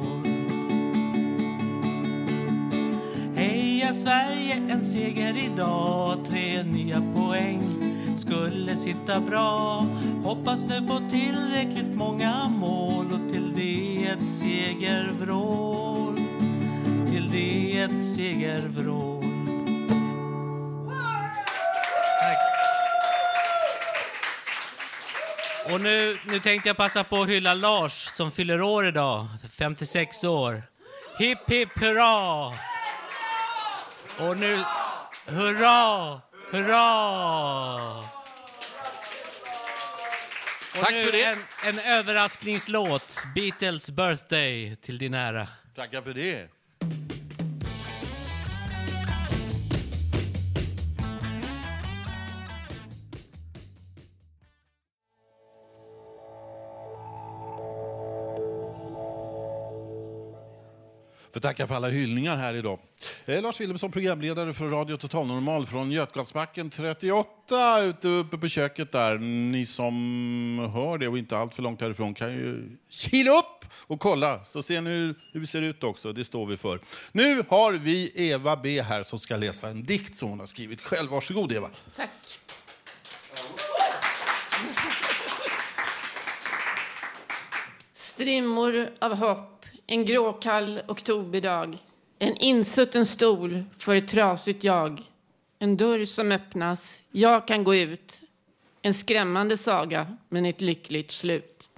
Heja Sverige, en seger idag, tre nya poäng. Skulle sitta bra, hoppas nu på tillräckligt många mål. Och till det ett segervrål, till det ett segervrål. Tack. Och nu, nu tänkte jag passa på att hylla Lars som fyller år idag, femtiosex år. Hipp hipp hurra! Och nu, hurra, hurra! Och Tack nu för det. En, en överraskningslåt, Beatles Birthday, till din ära. Tackar för det. För tacka för alla hyllningar här idag. Eh, Lars Wilhelmsson, programledare för Radio Total Normal från Götgatsbacken trettioåtta, ute uppe på köket där. Ni som hör det och inte allt för långt härifrån kan ju kila upp och kolla, så ser ni hur, hur vi ser ut också. Det står vi för. Nu har vi Eva B här som ska läsa en dikt som hon har skrivit själv. Varsågod Eva. Tack. Strimmor av hopp, en gråkall oktoberdag. En insutten stol för ett trasigt jag. En dörr som öppnas, jag kan gå ut. En skrämmande saga, men ett lyckligt slut.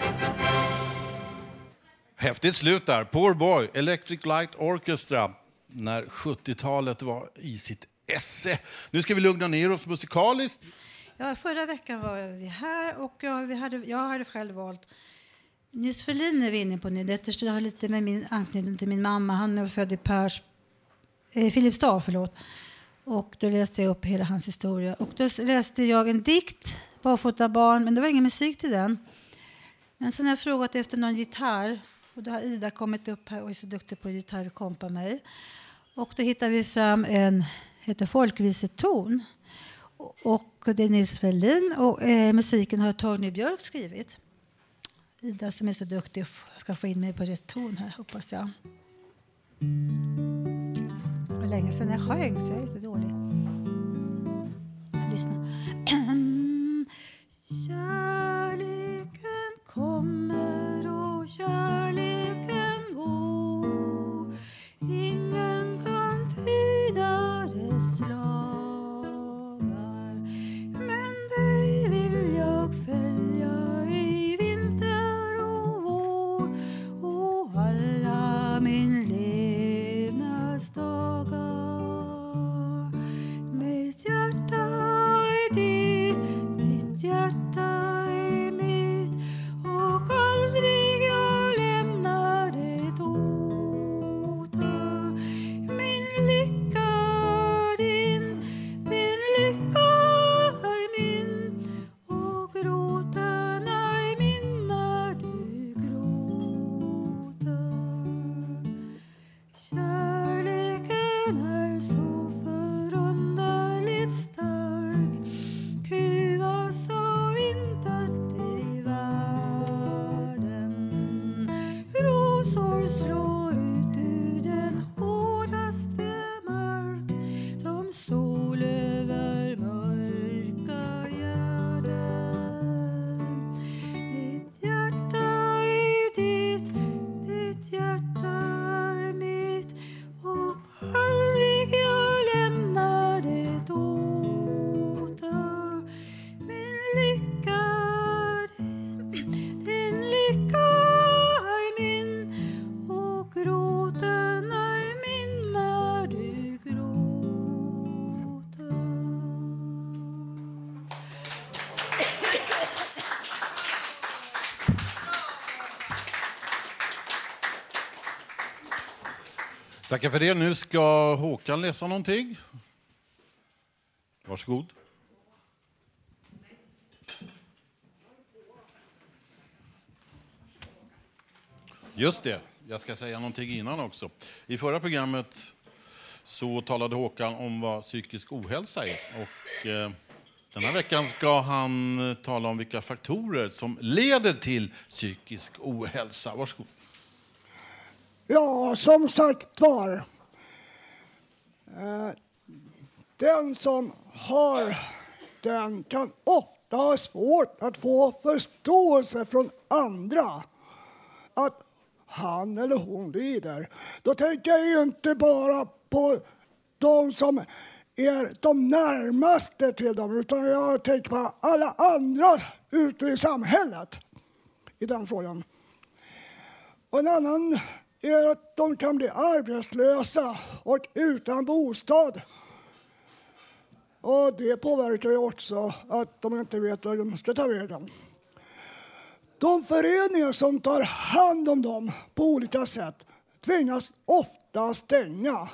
Häftigt slut där. Poor Boy, Electric Light Orchestra. när sjuttiotalet var i sitt esse. Nu ska vi lugna ner oss musikaliskt. Ja, förra veckan var vi här och jag, vi hade, jag hade själv valt Nils Ferlin är vi inne på nu. Det har lite med min anknytning till min mamma. Han är född i Pers, eh, Filipstad, förlåt. Och då läste jag upp hela hans historia. Och då läste jag en dikt, Barfota barn, men det var ingen musik till den. Men sen har jag frågat efter någon gitarr. Och då har Ida kommit upp här och är så duktig på gitarr och kompa mig. Och då hittar vi fram en, heter Folkviseton. Och det är Nils Ferlin och eh, musiken har Torgny Björk skrivit. Ida som är så duktig ska få in mig på rätt ton här, hoppas jag. Det var länge sedan jag sjöng så jag är så dålig. Lyssna. Kärleken kommer och kärleken går. Ingen kan tyda dess lagar. Men dig vill jag följa i vinter och vår och alla min levnadsdagar. Mitt hjärta är ditt, mitt hjärta är mitt och aldrig jag lämnar det åter. Min lycka är din, din lycka är min och gråten är min när du gråter. Kärleken är så förunderligt stark, kuvas av vintert i världen. Rosor slår ut ur den hårdaste mark, som sol över mörka gärden. Mitt hjärta är ditt, ditt hjärta är mitt och aldrig jag lämnar det åter. Min lycka är din, din lycka är min och gråten är min när du gråter. Tackar för det. Nu ska Håkan läsa någonting. Varsågod. Just det, jag ska säga någonting innan också. I förra programmet så talade Håkan om vad psykisk ohälsa är. Och eh, den här veckan ska han eh, tala om vilka faktorer som leder till psykisk ohälsa. Varsågod. Ja, som sagt var. Eh, den som har den kan ofta ha svårt att få förståelse från andra. Att han eller hon lider. Då tänker jag ju inte bara på de som är de närmaste till dem, utan jag tänker på alla andra ute i samhället i den frågan. Och en annan är att de kan bli arbetslösa och utan bostad. Och det påverkar ju också att de inte vet vad de ska ta vägen. De föreningar som tar hand om dem på olika sätt tvingas ofta stänga.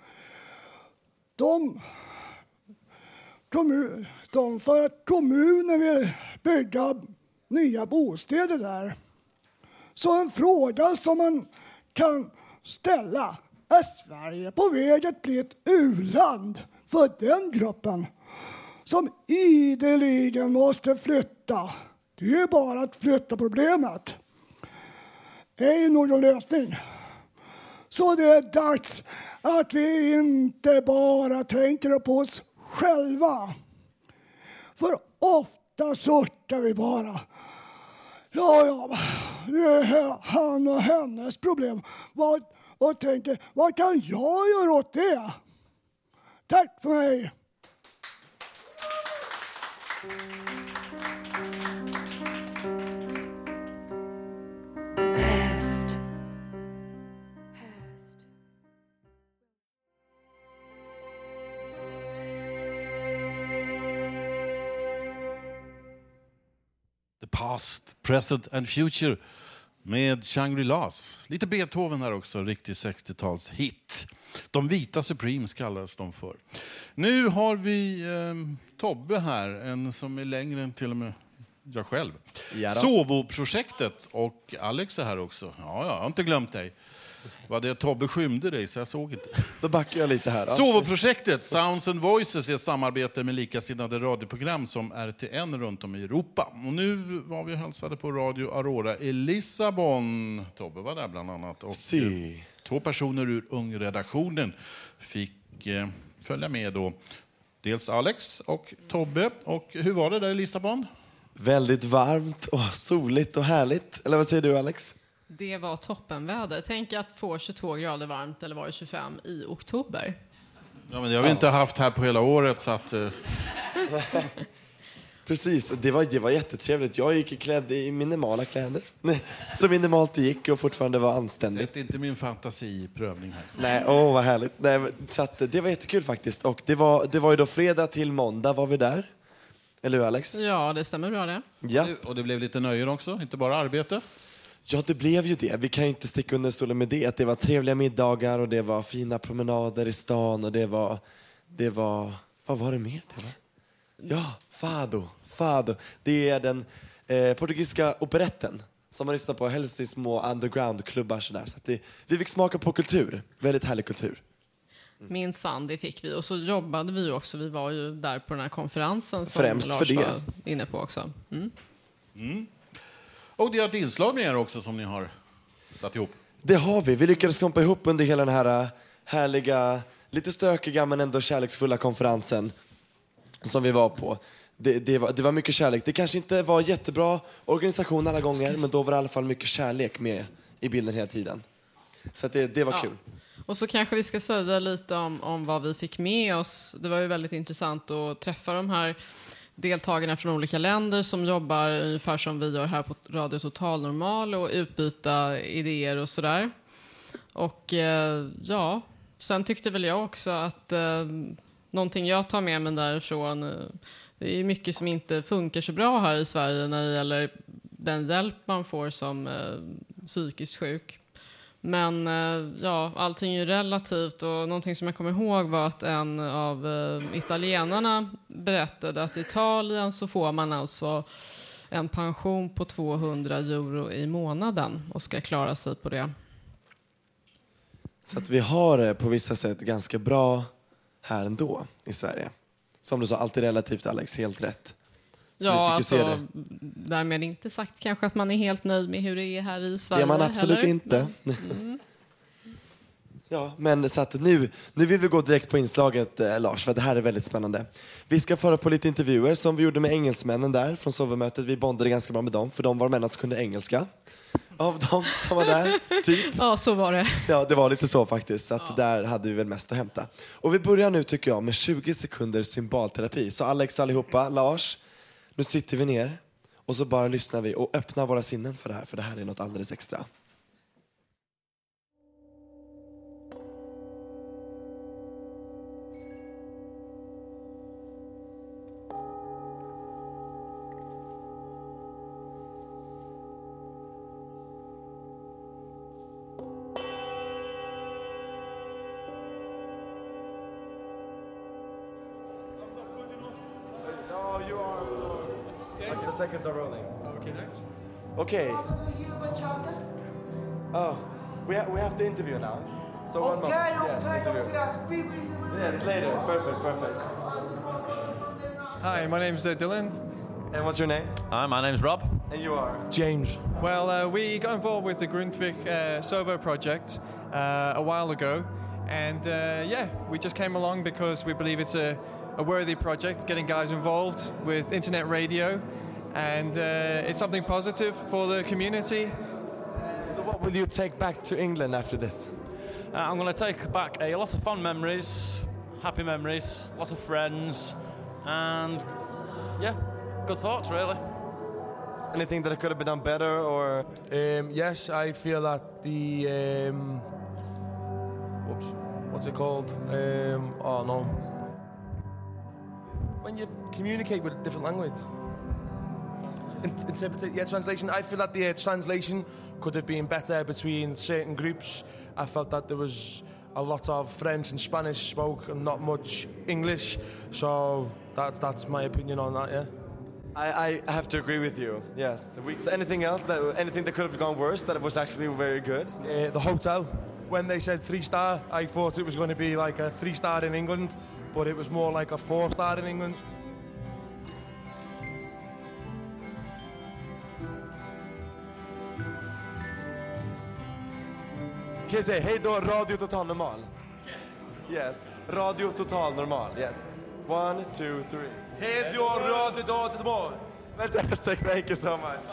De, kommun, de för att kommunen vill bygga nya bostäder där. Så en fråga som man kan ställa: är Sverige på väg att bli ett u-land för den gruppen som ideligen måste flytta? Det är bara att flytta problemet. Det är någon lösning. Så det är dags att vi inte bara tänker på oss själva. För ofta sortar vi bara. Ja, ja, det är han och hennes problem. Vad, och tänker, vad kan jag göra åt det? Tack för mig. The Past, Present and Future med Shangri-Las. Lite Beethoven här också, riktig sextio-tals hit. De vita Supremes kallas de för. Nu har vi eh, Tobbe här, en som är längre än till och med jag själv. Sovo-projektet, och Alex är här också. Ja, ja, jag har inte glömt dig. Vad det Tobbe skymde dig så jag såg inte. Då backar jag lite här. Sovo-projektet, Sounds and Voices, är ett samarbete med likasinnade radioprogram som R T N runt om i Europa. Och nu var vi hälsade på Radio Aurora i Lissabon. Tobbe var där bland annat. Och si. Två personer ur Ung-redaktionen fick eh, följa med då. Dels Alex och Tobbe. Och hur var det där i Lissabon? Väldigt varmt och soligt och härligt. Eller vad säger du, Alex? Det var toppenväder. Tänk att få tjugotvå grader varmt, eller var det tjugofem, i oktober. Ja, men det har vi inte haft här på hela året, så att... Eh... Precis, det var, det var jättetrevligt. Jag gick klädd i minimala kläder. Så minimalt det gick och fortfarande var anständigt. Sätt inte min fantasiprövning här. Nej, åh vad härligt. Nej, så att, det var jättekul faktiskt. Och det var, det var ju då fredag till måndag var vi där. Eller hur, Alex? Ja, det stämmer bra det. Ja. Och det blev lite nöjen också, inte bara arbete. Ja, det blev ju det. Vi kan ju inte sticka under stolen med det. Att det var trevliga middagar och det var fina promenader i stan och det var... Det var... Vad var det mer? Det var? Ja, Fado. Fado. Det är den eh, portugisiska operetten som man lyssnar på helst i små underground-klubbar. Så där. Så att det, vi fick smaka på kultur. Väldigt härlig kultur. Mm. Minsann, det fick vi. Och så jobbade vi också. Vi var ju där på den här konferensen som Främst Lars för det. var inne på också. Mm. Mm. Och det har ett inslag med er också som ni har satt ihop. Det har vi. Vi lyckades kompa ihop under hela den här härliga, lite stökiga men ändå kärleksfulla konferensen som vi var på. Det, det, var, det var mycket kärlek. Det kanske inte var jättebra organisation alla gånger, men då var det i alla fall mycket kärlek med i bilden hela tiden. Så att det, det var Ja. kul. Och så kanske vi ska säga lite om, om vad vi fick med oss. Det var ju väldigt intressant att träffa de här deltagarna från olika länder som jobbar ungefär som vi gör här på Radio Total Normal och utbyta idéer och sådär. Och eh, ja, sen tyckte väl jag också att eh, någonting jag tar med mig därifrån, eh, det är mycket som inte funkar så bra här i Sverige när det gäller den hjälp man får som eh, psykiskt sjuk. Men eh, ja, allting är ju relativt, och någonting som jag kommer ihåg var att en av eh, italienarna berättade att i Italien så får man alltså en pension på tvåhundra euro i månaden och ska klara sig på det. Så att vi har det på vissa sätt ganska bra här ändå i Sverige. Som du sa, alltid relativt, Alex, helt rätt. Så Ja, alltså, därmed inte sagt kanske att man är helt nöjd med hur det är här i Sverige. Det är man absolut heller. inte. Mm. Ja, men så att nu, nu vill vi gå direkt på inslaget, eh, Lars, för det här är väldigt spännande. Vi ska föra på lite intervjuer som vi gjorde med engelsmännen där från sovmötet. Vi bondade ganska bra med dem, för de var de enda som kunde engelska. Av de som var där, typ. Ja, så var det. Ja, det var lite så faktiskt. Så att ja. Där hade vi väl mest att hämta. Och vi börjar nu, tycker jag, med tjugo sekunder symbolterapi. Så Alex allihopa, Lars, nu sitter vi ner och så bara lyssnar vi och öppnar våra sinnen för det här. För det här är något alldeles extra. Seconds are rolling. Okay, next. Okay. Oh, we ha we have to interview now. So one more. Okay, Yes, okay, interview. okay, I'll speak with you. Yes, later. Perfect, perfect. Hi, my name's uh, Dylan. And what's your name? Hi, my name's Rob. And you are? James. Well, uh, we got involved with the Grundtvig uh, Sovo project uh, a while ago. And uh, yeah, we just came along because we believe it's a, a worthy project, getting guys involved with internet radio. And uh, it's something positive for the community. So what will you take back to England after this? Uh, I'm going to take back a lot of fond memories, happy memories, lots of friends, and yeah, good thoughts really. Anything that could have been done better, or? Um, yes, I feel that the um, whoops, what's it called? Um, oh no. When you communicate with a different language. in- interpretation, yeah, translation. I feel that the uh, translation could have been better between certain groups. I felt that there was a lot of French and Spanish spoke and not much English. So that, that's my opinion on that, yeah. I, I have to agree with you. Yes. We, so anything else that anything that could have gone worse that was actually very good? Uh, the hotel. When they said three star, I thought it was going to be like a three star in England, but it was more like a four star in England. Kan jag säga hej då, Radio Total Normal? Yes. Yes. Radio Total Normal, yes. One, two, three. Hej då, Radio Total Normal! Fantastic, thank you so much.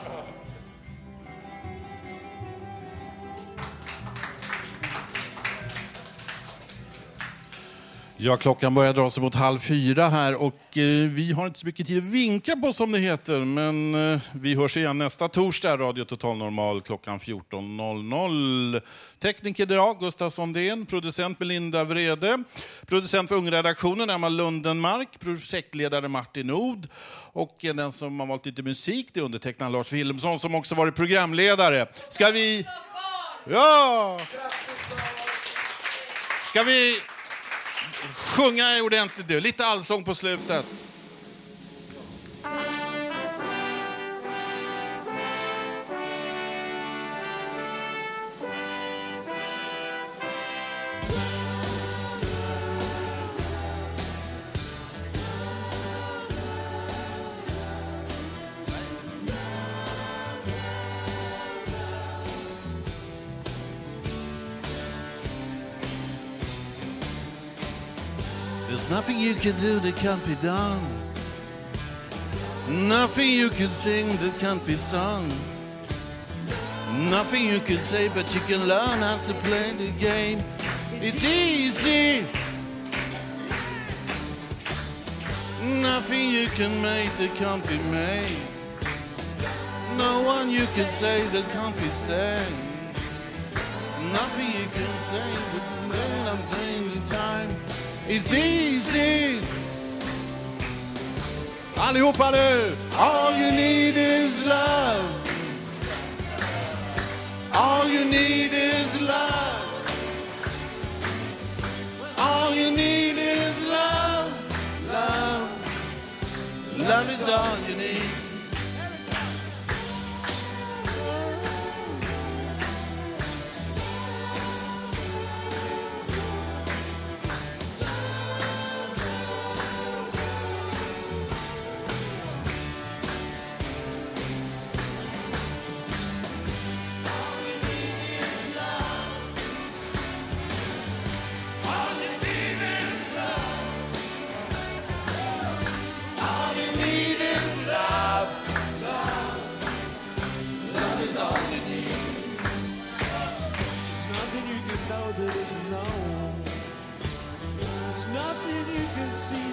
Ja, klockan börjar dra sig mot halv fyra här och eh, vi har inte så mycket tid att vinka på som det heter, men eh, vi hörs igen nästa torsdag, Radio Total Normal klockan fjorton noll noll. Tekniker idag, Gustav Sondén, producent Belinda Vrede, producent för Ungredaktionen Emma Lundenmark, projektledare Martin Od och eh, den som har valt lite musik, det är undertecknad Lars Wilhelmsson som också varit programledare. Ska vi... Ja! Ska vi... sjunga ordentligt du. Lite allsång på slutet. There's nothing you can do that can't be done. Nothing you can sing that can't be sung. Nothing you can say, but you can learn how to play the game. It's easy. Nothing you can make that can't be made. No one you can say that can't be said. Nothing you can say, but then I'm playing the time. It's easy. Allihopa nu. All you need is love. All you need is love. All you need is love. Love. Love is all you need. That isn't known. There's nothing you can see